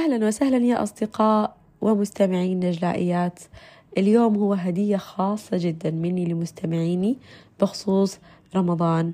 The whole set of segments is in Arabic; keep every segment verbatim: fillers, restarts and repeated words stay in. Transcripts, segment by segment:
أهلا وسهلا يا أصدقاء ومستمعين نجلائيات. اليوم هو هدية خاصة جدا مني لمستمعيني بخصوص رمضان.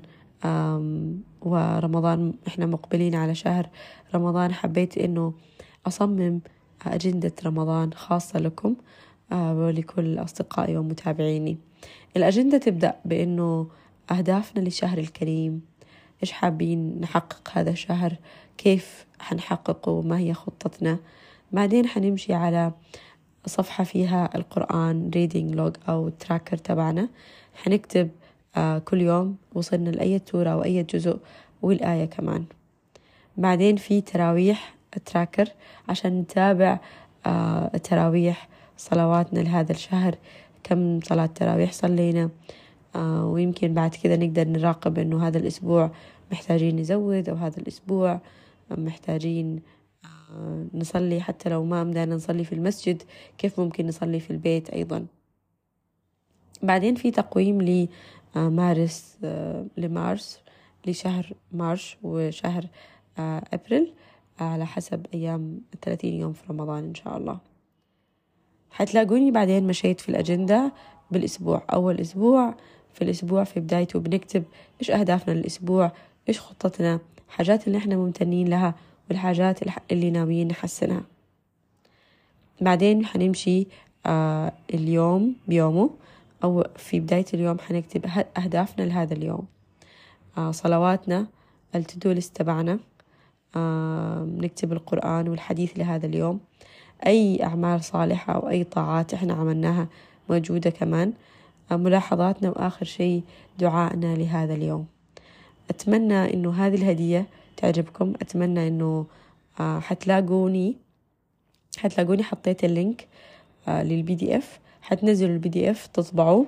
ورمضان إحنا مقبلين على شهر رمضان، حبيت إنه أصمم أجندة رمضان خاصة لكم ولكل أصدقائي ومتابعيني. الأجندة تبدأ بإنه أهدافنا للشهر الكريم، إيش حابين نحقق هذا الشهر، كيف حنحققه، ما هي خطتنا. بعدين حنمشي على صفحة فيها القرآن reading log أو تراكر تبعنا، حنكتب آه كل يوم وصلنا لأي سورة أو أي جزء والآية كمان. بعدين في تراويح تراكر عشان نتابع آه التراويح صلواتنا لهذا الشهر، كم صلاة تراويح صلينا. آه ويمكن بعد كذا نقدر نراقب إنه هذا الأسبوع محتاجين نزود أو هذا الأسبوع محتاجين آه نصلي، حتى لو ما مدانا نصلي في المسجد كيف ممكن نصلي في البيت أيضا. بعدين في تقويم لمارس آه لمارس لشهر مارش وشهر آه أبريل آه على حسب أيام ثلاثين يوم في رمضان إن شاء الله. حتلاقوني بعدين مشيت في الأجندة بالأسبوع. أول أسبوع في الأسبوع في بدايته بنكتب إيش أهدافنا للأسبوع، إيش خطتنا، حاجات اللي إحنا ممتنين لها والحاجات اللي ناويين نحسنها. بعدين حنمشي آه اليوم بيومه، أو في بداية اليوم حنكتب أهدافنا لهذا اليوم، آه صلواتنا، التدو ليست تبعنا، آه نكتب القرآن والحديث لهذا اليوم، أي أعمال صالحة أو أي طاعات إحنا عملناها موجودة كمان، ملاحظاتنا، وآخر شيء دعائنا لهذا اليوم. أتمنى إنه هذه الهدية تعجبكم، أتمنى إنه آه حتلاقوني حتلاقوني حطيت اللينك آه للبي دي اف، حتنزلوا البي دي اف تطبعوه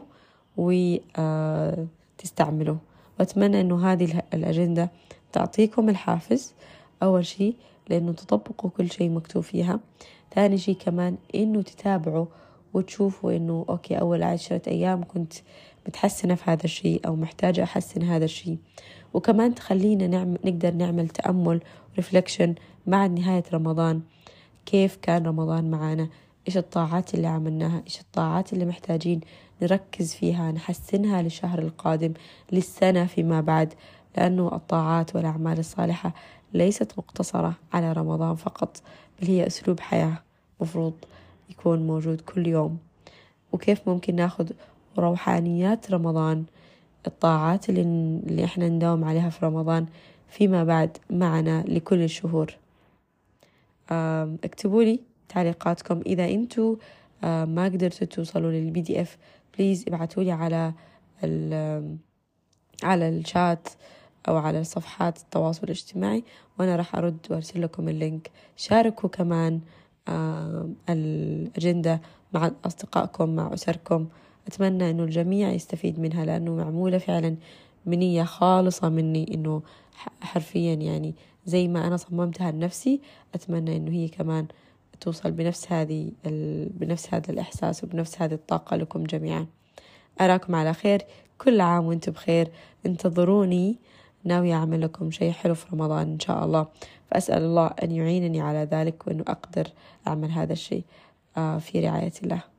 وتستعملوه. وأتمنى إنه هذه الأجندة تعطيكم الحافز، أول شيء لأنه تطبقوا كل شيء مكتوب فيها، ثاني شيء كمان إنه تتابعوا وتشوفوا إنه أوكي أول عشرة أيام كنت متحسنة في هذا الشيء أو محتاجة أحسن هذا الشيء. وكمان تخلينا نعمل نقدر نعمل تأمل ريفلكشن مع نهاية رمضان، كيف كان رمضان معنا، إيش الطاعات اللي عملناها، إيش الطاعات اللي محتاجين نركز فيها نحسنها للشهر القادم للسنة فيما بعد، لأنه الطاعات والأعمال الصالحة ليست مقتصرة على رمضان فقط، بل هي أسلوب حياة مفروض يكون موجود كل يوم. وكيف ممكن ناخذ روحانيات رمضان، الطاعات اللي, اللي احنا نداوم عليها في رمضان فيما بعد معنا لكل الشهور. اكتبوا لي تعليقاتكم. إذا انتوا ما قدرتوا توصلوا للبي دي اف بليز ابعتوا لي على على الشات أو على صفحات التواصل الاجتماعي وأنا راح أرد وأرسل لكم اللينك. شاركوا كمان الأجندة مع أصدقائكم مع أسركم، أتمنى أنه الجميع يستفيد منها، لأنه معمولة فعلا بنية خالصة مني، أنه حرفيا يعني زي ما أنا صممتها لنفسي أتمنى أنه هي كمان توصل بنفس هذه بنفس هذا الإحساس وبنفس هذه الطاقة لكم جميعا. أراكم على خير، كل عام وانتم بخير، انتظروني ناوية أعمل لكم شيء حلو في رمضان إن شاء الله، فأسأل الله أن يعينني على ذلك وأنه أقدر أعمل هذا الشيء في رعاية الله.